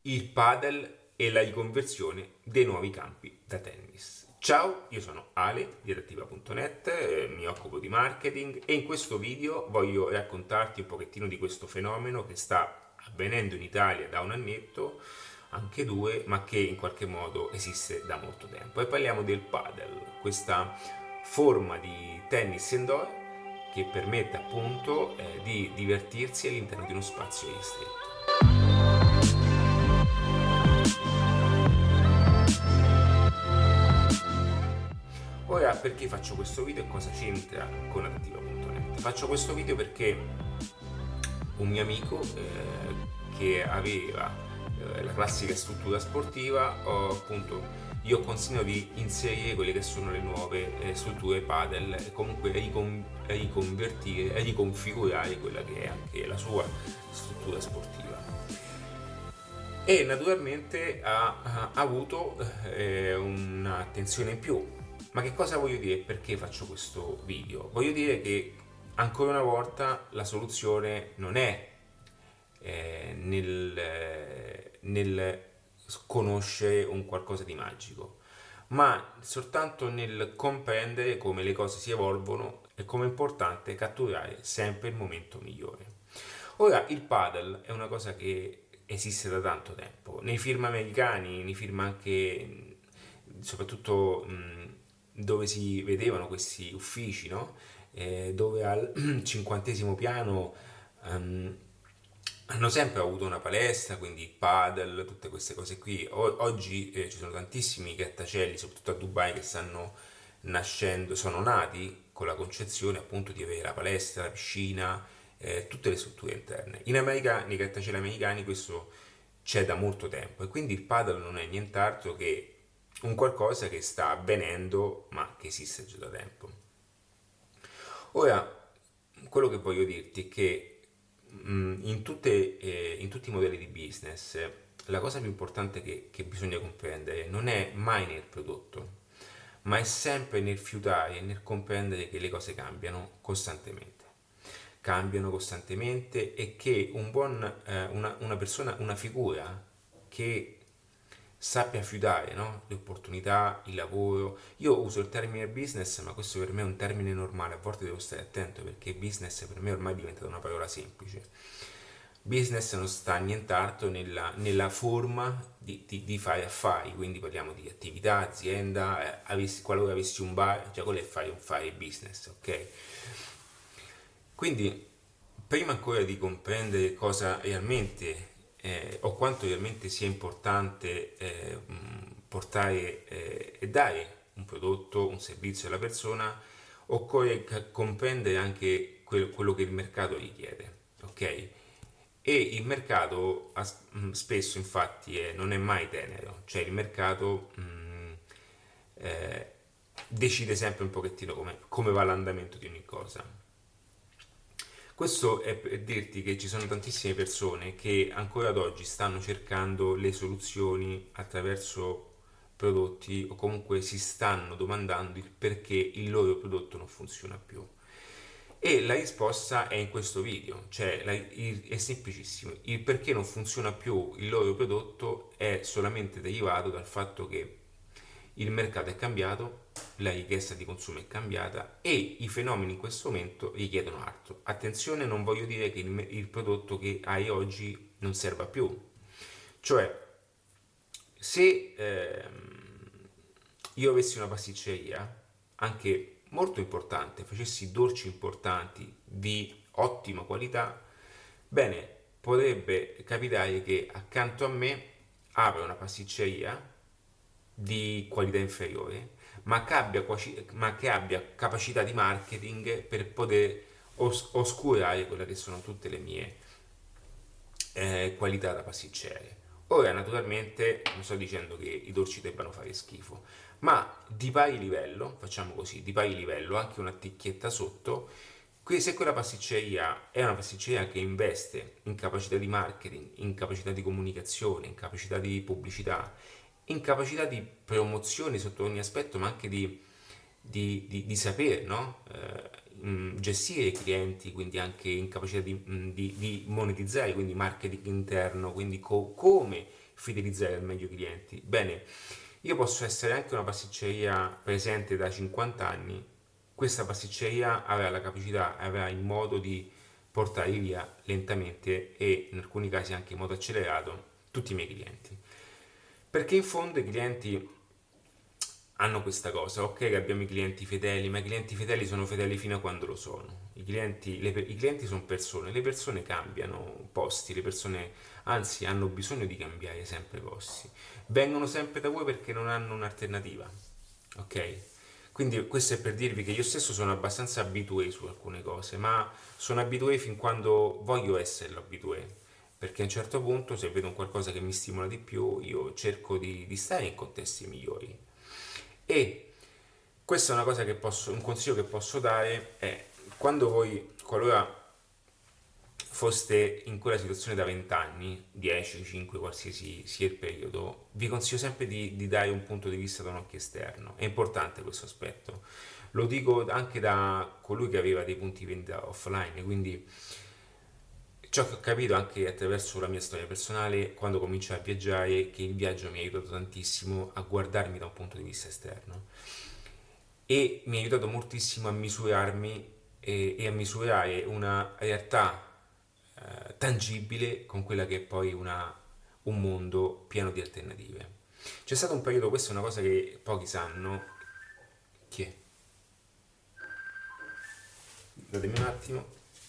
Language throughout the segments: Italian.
il padel e la riconversione dei nuovi campi da tennis. Ciao, io sono Ale di Adattiva.net, mi occupo di marketing e in questo video voglio raccontarti un pochettino di questo fenomeno che sta avvenendo in Italia da un annetto, anche due, ma che in qualche modo esiste da molto tempo. E parliamo del padel, questa forma di tennis indoor che permette appunto di divertirsi all'interno di uno spazio ristretto. Ora, perché faccio questo video e cosa c'entra con Adattiva.net? Faccio questo video perché un mio amico che aveva la classica struttura sportiva, io consiglio di inserire quelle che sono le nuove strutture padel e comunque riconvertire e riconfigurare quella che è anche la sua struttura sportiva. E naturalmente ha avuto un'attenzione in più. Ma che cosa voglio dire? Perché faccio questo video? Voglio dire che ancora una volta la soluzione non è nel conoscere un qualcosa di magico, ma soltanto nel comprendere come le cose si evolvono e come è importante catturare sempre il momento migliore. Ora, il paddle è una cosa che esiste da tanto tempo. Nei film americani, nei film anche, soprattutto dove si vedevano questi uffici, no? Dove al 50° piano hanno sempre avuto una palestra, quindi padel, tutte queste cose qui. Oggi ci sono tantissimi grattacieli, soprattutto a Dubai, che stanno nascendo, sono nati con la concezione appunto di avere la palestra, la piscina, tutte le strutture interne. In America, nei grattacieli americani questo c'è da molto tempo e quindi il padel non è nient'altro che un qualcosa che sta avvenendo ma che esiste già da tempo. Ora, quello che voglio dirti è che in tutti i modelli di business la cosa più importante che bisogna comprendere non è mai nel prodotto, ma è sempre nel fiutare e nel comprendere che le cose cambiano costantemente e che una persona, una figura che sappia fiutare, no? Le opportunità, il lavoro. Io uso il termine business, ma questo per me è un termine normale, a volte devo stare attento perché business per me ormai è diventata una parola semplice. Business non sta nient'altro nella forma di fare affari, quindi parliamo di attività, azienda, qualora avessi un bar, già quello è fare business, ok? Quindi, prima ancora di comprendere cosa realmente o quanto realmente sia importante portare e dare un prodotto, un servizio alla persona, occorre comprendere anche quello che il mercato richiede, ok? E il mercato spesso infatti non è mai tenero, cioè il mercato eh, decide sempre un pochettino come va l'andamento di ogni cosa. Questo è per dirti che ci sono tantissime persone che ancora ad oggi stanno cercando le soluzioni attraverso prodotti o comunque si stanno domandando il perché il loro prodotto non funziona più. E la risposta è in questo video, cioè è semplicissimo. Il perché non funziona più il loro prodotto è solamente derivato dal fatto che il mercato è cambiato, la richiesta di consumo è cambiata e i fenomeni in questo momento richiedono altro. Attenzione, non voglio dire che il prodotto che hai oggi non serva più. Cioè, se io avessi una pasticceria, anche molto importante, facessi dolci importanti di ottima qualità, bene, potrebbe capitare che accanto a me apra una pasticceria di qualità inferiore, ma che abbia capacità di marketing per poter oscurare quelle che sono tutte le mie qualità da pasticcere. Ora, naturalmente, non sto dicendo che i dolci debbano fare schifo, ma di pari livello, facciamo così, di pari livello, anche una ticchietta sotto, se quella pasticceria è una pasticceria che investe in capacità di marketing, in capacità di comunicazione, in capacità di pubblicità, in capacità di promozione sotto ogni aspetto, ma anche di sapere, no? Gestire i clienti, quindi anche in capacità di monetizzare, quindi marketing interno, quindi come fidelizzare al meglio i clienti? Bene, io posso essere anche una pasticceria presente da 50 anni, questa pasticceria avrà la capacità, avrà il modo di portare via lentamente e in alcuni casi anche in modo accelerato tutti i miei clienti. Perché in fondo i clienti hanno questa cosa, ok che abbiamo i clienti fedeli, ma i clienti fedeli sono fedeli fino a quando lo sono. I clienti sono persone, le persone cambiano posti, le persone anzi hanno bisogno di cambiare sempre posti. Vengono sempre da voi perché non hanno un'alternativa, ok? Quindi questo è per dirvi che io stesso sono abbastanza abitué su alcune cose, ma sono abitué fin quando voglio esserlo abitué, perché a un certo punto se vedo un qualcosa che mi stimola di più, io cerco di stare in contesti migliori. E questa è una cosa che posso, un consiglio che posso dare è quando voi, qualora foste in quella situazione da 20 anni, 10, 5, qualsiasi sia il periodo, vi consiglio sempre di dare un punto di vista da un occhio esterno. È importante questo aspetto. Lo dico anche da colui che aveva dei punti vendita offline, quindi ciò che ho capito anche attraverso la mia storia personale quando cominciai a viaggiare, che il viaggio mi ha aiutato tantissimo a guardarmi da un punto di vista esterno e mi ha aiutato moltissimo a misurarmi e a misurare una realtà tangibile con quella che è poi un mondo pieno di alternative. C'è stato un periodo, questa è una cosa che pochi sanno, chi è? Datemi un attimo.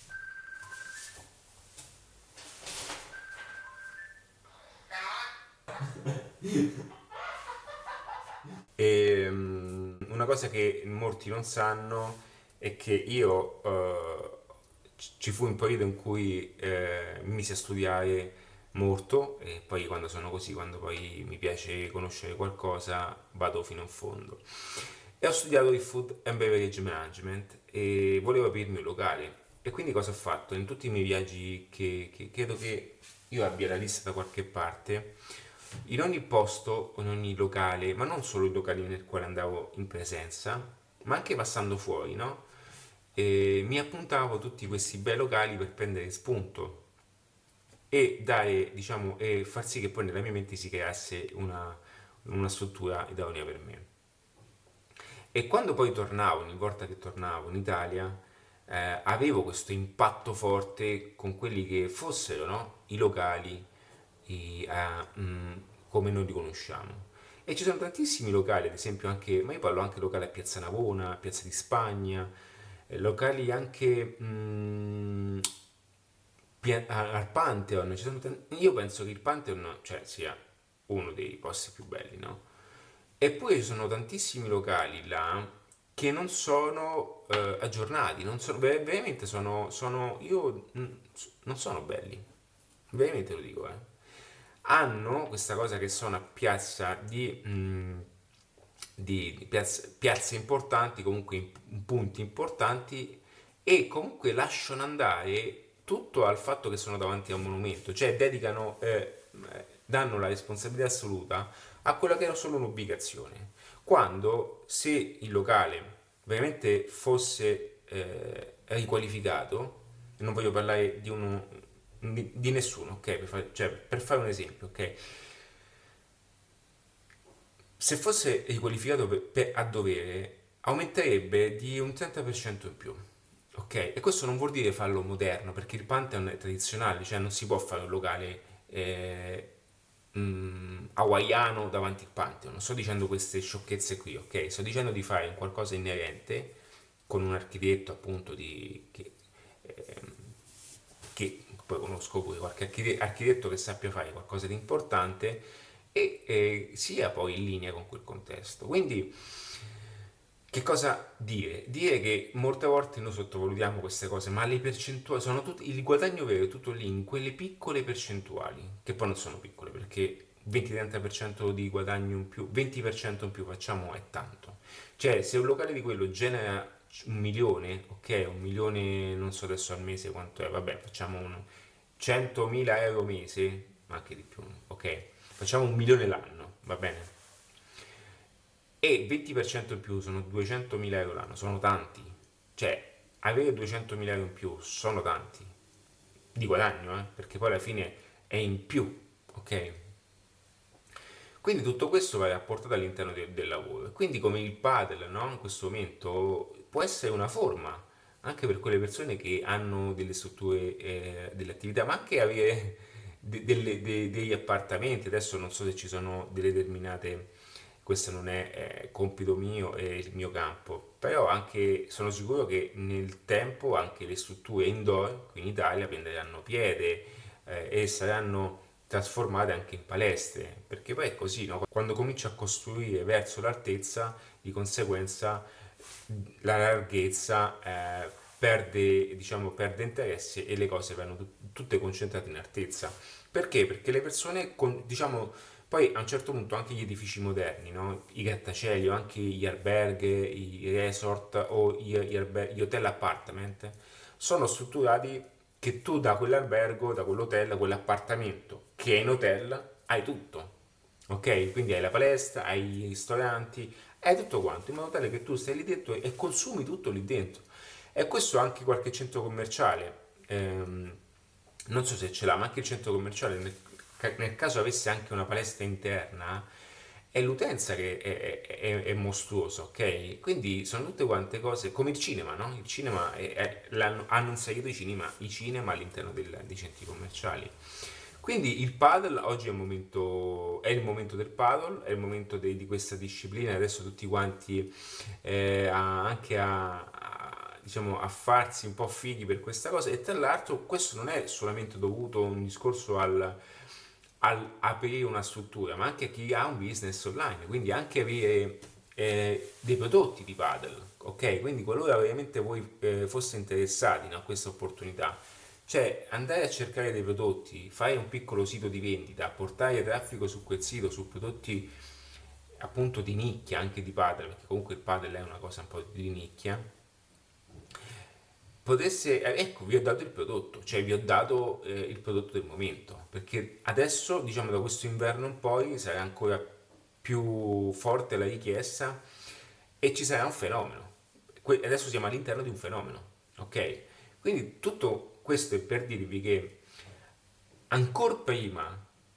Una cosa che molti non sanno è che io ci fu un periodo in cui mi misi a studiare molto e poi quando sono così, quando poi mi piace conoscere qualcosa, vado fino in fondo. E ho studiato il Food and Beverage Management e volevo aprirmi un locale. E quindi cosa ho fatto? In tutti i miei viaggi che credo che io abbia la lista da qualche parte, in ogni posto, in ogni locale, ma non solo i locali nel quale andavo in presenza, ma anche passando fuori, no? E mi appuntavo tutti questi bei locali per prendere spunto e dare, diciamo, e far sì che poi nella mia mente si creasse una struttura idonea per me. E quando poi tornavo, ogni volta che tornavo in Italia, avevo questo impatto forte con quelli che fossero, no? I locali come noi li conosciamo. E ci sono tantissimi locali, ad esempio anche, ma io parlo anche locali a Piazza Navona, a Piazza di Spagna, locali anche al Pantheon. Io penso che il Pantheon, cioè, sia uno dei posti più belli, no? Eppure ci sono tantissimi locali là che non sono aggiornati, non sono, veramente io non sono belli, veramente lo dico, eh. Hanno questa cosa che sono a piazza di piazze importanti, comunque in punti importanti e comunque lasciano andare tutto al fatto che sono davanti a un monumento, cioè dedicano, danno la responsabilità assoluta a quella che era solo un'ubicazione. Quando se il locale veramente fosse riqualificato, non voglio parlare di nessuno, ok? Cioè, per fare un esempio, ok? Se fosse riqualificato a dovere, aumenterebbe di un 30% in più. Ok? E questo non vuol dire farlo moderno, perché il Pantheon è tradizionale, cioè non si può fare un locale hawaiano davanti al Pantheon. Non sto dicendo queste sciocchezze qui, ok? Sto dicendo di fare un qualcosa inerente con un architetto appunto che poi conosco pure qualche architetto che sappia fare qualcosa di importante e sia poi in linea con quel contesto. Quindi, che cosa dire? Dire che molte volte noi sottovalutiamo queste cose, ma le percentuali sono tutte, il guadagno vero è tutto lì in quelle piccole percentuali, che poi non sono piccole perché 20-30% di guadagno in più, 20% in più facciamo è tanto. Cioè, se un locale di quello genera 1 milione, ok, 1 milione, non so adesso al mese quanto è, vabbè, facciamo 100.000 euro mese, ma anche di più, ok, facciamo 1 milione l'anno, va bene? E 20% in più sono 200.000 euro l'anno, sono tanti. Cioè, avere 200.000 euro in più sono tanti. Di guadagno, perché poi alla fine è in più, ok? Quindi tutto questo va rapportato all'interno del lavoro. E quindi come il padel, no? In questo momento può essere una forma anche per quelle persone che hanno delle strutture, delle attività, ma anche avere degli appartamenti. Adesso non so se ci sono delle determinate, questo non è compito mio, è il mio campo, però anche sono sicuro che nel tempo anche le strutture indoor qui in Italia prenderanno piede e saranno trasformate anche in palestre, perché poi è così, no? Quando cominci a costruire verso l'altezza, di conseguenza la larghezza perde, diciamo, perde interesse e le cose vanno tutte concentrate in altezza. Perché? Perché le persone, diciamo, poi a un certo punto anche gli edifici moderni, no? I grattacieli o anche gli alberghi, i resort o gli hotel appartment sono strutturati che tu da quell'albergo, da quell'hotel, quell'appartamento che è in hotel, hai tutto. Ok? Quindi hai la palestra, hai i ristoranti, hai tutto quanto, in modo tale che tu stai lì dentro e consumi tutto lì dentro. E questo anche qualche centro commerciale, non so se ce l'ha, ma anche il centro commerciale, nel caso avesse anche una palestra interna, è l'utenza che è mostruosa, ok? Quindi sono tutte quante cose, come il cinema, no? Il cinema hanno inserito i cinema all'interno dei centri commerciali. Quindi il paddle oggi è il momento del paddle, è il momento di questa disciplina, adesso tutti quanti anche diciamo, a farsi un po' fighi per questa cosa e tra l'altro questo non è solamente dovuto a un discorso al aprire una struttura, ma anche a chi ha un business online, quindi anche avere dei prodotti di paddle, ok? Quindi qualora veramente voi foste interessati, no, a questa opportunità, cioè andare a cercare dei prodotti, fare un piccolo sito di vendita, portare traffico su quel sito, su prodotti appunto di nicchia, anche di padel, perché comunque il padel è una cosa un po' di nicchia, potesse, ecco, vi ho dato il prodotto, cioè vi ho dato il prodotto del momento, perché adesso, diciamo da questo inverno in poi, sarà ancora più forte la richiesta e ci sarà un fenomeno. Adesso siamo all'interno di un fenomeno, ok? Quindi tutto questo è per dirvi che ancora prima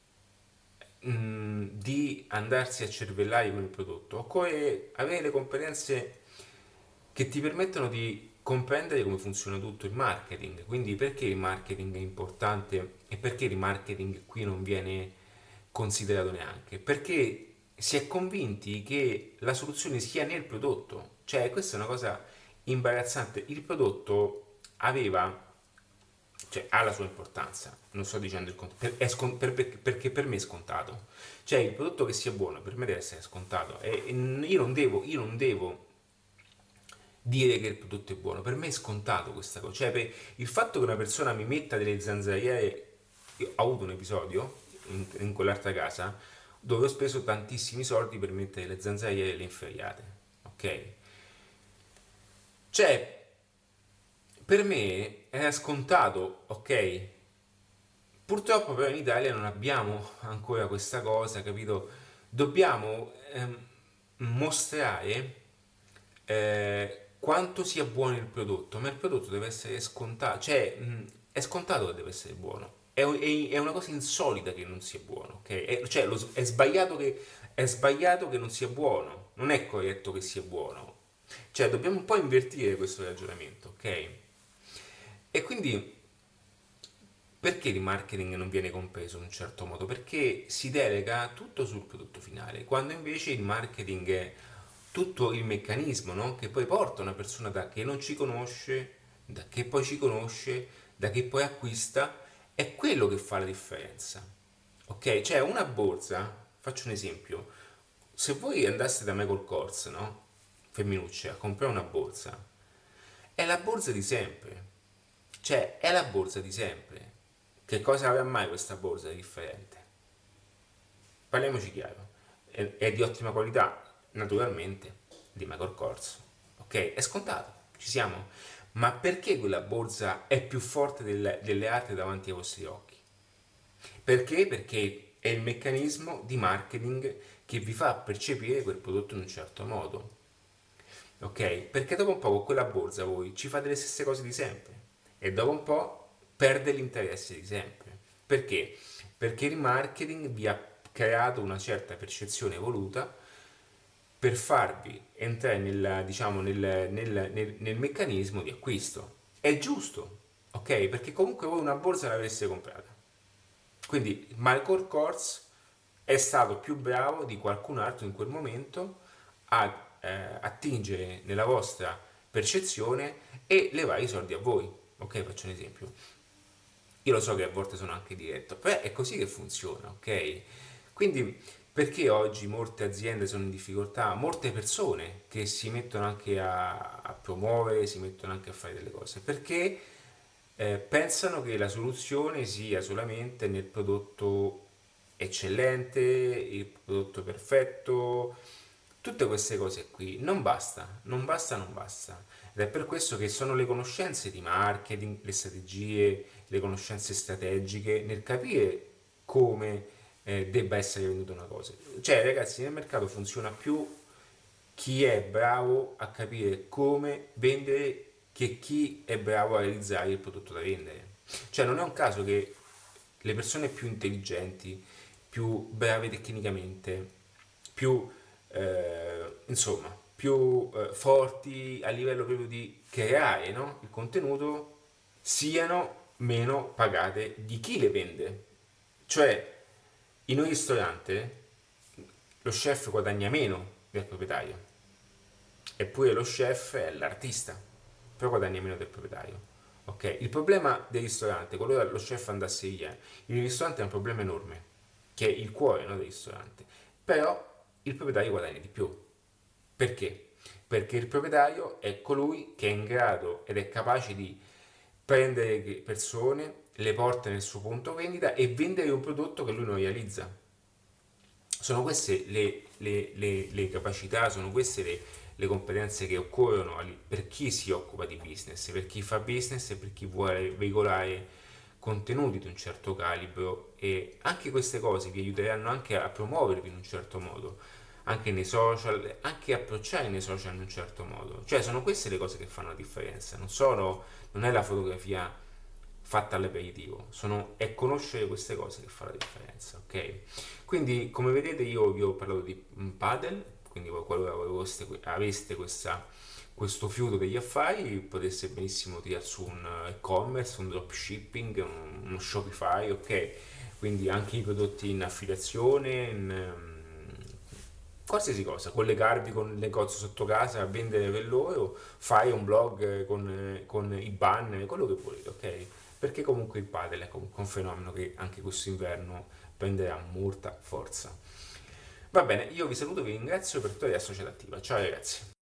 di andarsi a cervellare con il prodotto, occorre avere le competenze che ti permettono di comprendere come funziona tutto il marketing. Quindi perché il marketing è importante e perché il marketing qui non viene considerato neanche? Perché si è convinti che la soluzione sia nel prodotto. Cioè, questa è una cosa imbarazzante. Il prodotto aveva, cioè, ha la sua importanza, non sto dicendo il contrario, perché per me è scontato. Cioè, il prodotto che sia buono per me deve essere scontato. E io non devo dire che il prodotto è buono, per me è scontato questa cosa. Cioè, il fatto che una persona mi metta delle zanzariere, io ho avuto un episodio in quell'altra casa dove ho speso tantissimi soldi per mettere le zanzariere e le inferriate, ok? Cioè, per me era scontato, ok? Purtroppo però in Italia non abbiamo ancora questa cosa, capito? Dobbiamo mostrare quanto sia buono il prodotto, ma il prodotto deve essere scontato, cioè è scontato che deve essere buono. È una cosa insolita che non sia buono, ok? Cioè è sbagliato che non sia buono, non è corretto che sia buono. Cioè dobbiamo un po' invertire questo ragionamento, ok? E quindi perché il marketing non viene compreso in un certo modo? Perché si delega tutto sul prodotto finale, quando invece il marketing è tutto il meccanismo, no? Che poi porta una persona da che non ci conosce, da che poi ci conosce, da che poi acquista, è quello che fa la differenza. Ok? Cioè una borsa, faccio un esempio, se voi andaste da Michael Kors, no? Femminuccia, a comprare una borsa, è la borsa di sempre. Cioè, è la borsa di sempre. Che cosa avrà mai questa borsa di differente? Parliamoci chiaro. È di ottima qualità, naturalmente, di Michael Kors. Ok? È scontato, ci siamo. Ma perché quella borsa è più forte delle altre davanti ai vostri occhi? Perché? Perché è il meccanismo di marketing che vi fa percepire quel prodotto in un certo modo. Ok? Perché dopo un po' con quella borsa voi ci fate le stesse cose di sempre e dopo un po' perde l'interesse di sempre. Perché? Perché il marketing creato una certa percezione evoluta per farvi entrare diciamo, nel meccanismo di acquisto. È giusto, ok? Perché comunque voi una borsa l'avreste comprata. Quindi Michael Kors è stato più bravo di qualcun altro in quel momento a attingere nella vostra percezione e levare i soldi a voi. Ok, faccio un esempio. Io lo so che a volte sono anche diretto, però è così che funziona, ok? Quindi perché oggi molte aziende sono in difficoltà, molte persone che si mettono anche a promuovere, si mettono anche a fare delle cose? Perché pensano che la soluzione sia solamente nel prodotto eccellente, il prodotto perfetto, tutte queste cose qui. Non basta, non basta, non basta. Ed è per questo che sono le conoscenze di marketing, le strategie, le conoscenze strategiche nel capire come debba essere venduta una cosa. Cioè, ragazzi, nel mercato funziona più chi è bravo a capire come vendere che chi è bravo a realizzare il prodotto da vendere. Cioè, non è un caso che le persone più intelligenti, più brave tecnicamente, più insomma, più forti a livello proprio di creare, no? Il contenuto, siano meno pagate di chi le vende. Cioè, in un ristorante lo chef guadagna meno del proprietario, eppure lo chef è l'artista, però guadagna meno del proprietario. Ok, il problema del ristorante, qualora lo chef andasse via, il ristorante è un problema enorme, che è il cuore, no, del ristorante, però il proprietario guadagna di più. Perché? Perché il proprietario è colui che è in grado ed è capace di prendere persone, le porta nel suo punto vendita e vendere un prodotto che lui non realizza. Sono queste le capacità, sono queste le competenze che occorrono per chi si occupa di business, per chi fa business e per chi vuole veicolare contenuti di un certo calibro, e anche queste cose vi aiuteranno anche a promuovervi in un certo modo, anche nei social, anche approcciare nei social in un certo modo. Cioè sono queste le cose che fanno la differenza, non è la fotografia fatta all'aperitivo, è conoscere queste cose che fa la differenza, ok? Quindi, come vedete, io vi ho parlato di paddle, quindi qualora aveste questo fiuto degli affari, potesse benissimo tirare su un e-commerce, un dropshipping, uno Shopify, ok? Quindi anche i prodotti in affiliazione, qualsiasi cosa, collegarvi con il negozio sotto casa, vendere per loro, fare un blog con i banner, quello che volete, ok? Perché comunque il padel è comunque un fenomeno che anche quest'inverno prenderà molta forza. Va bene, io vi saluto, vi ringrazio per tutta la società attiva. Ciao ragazzi.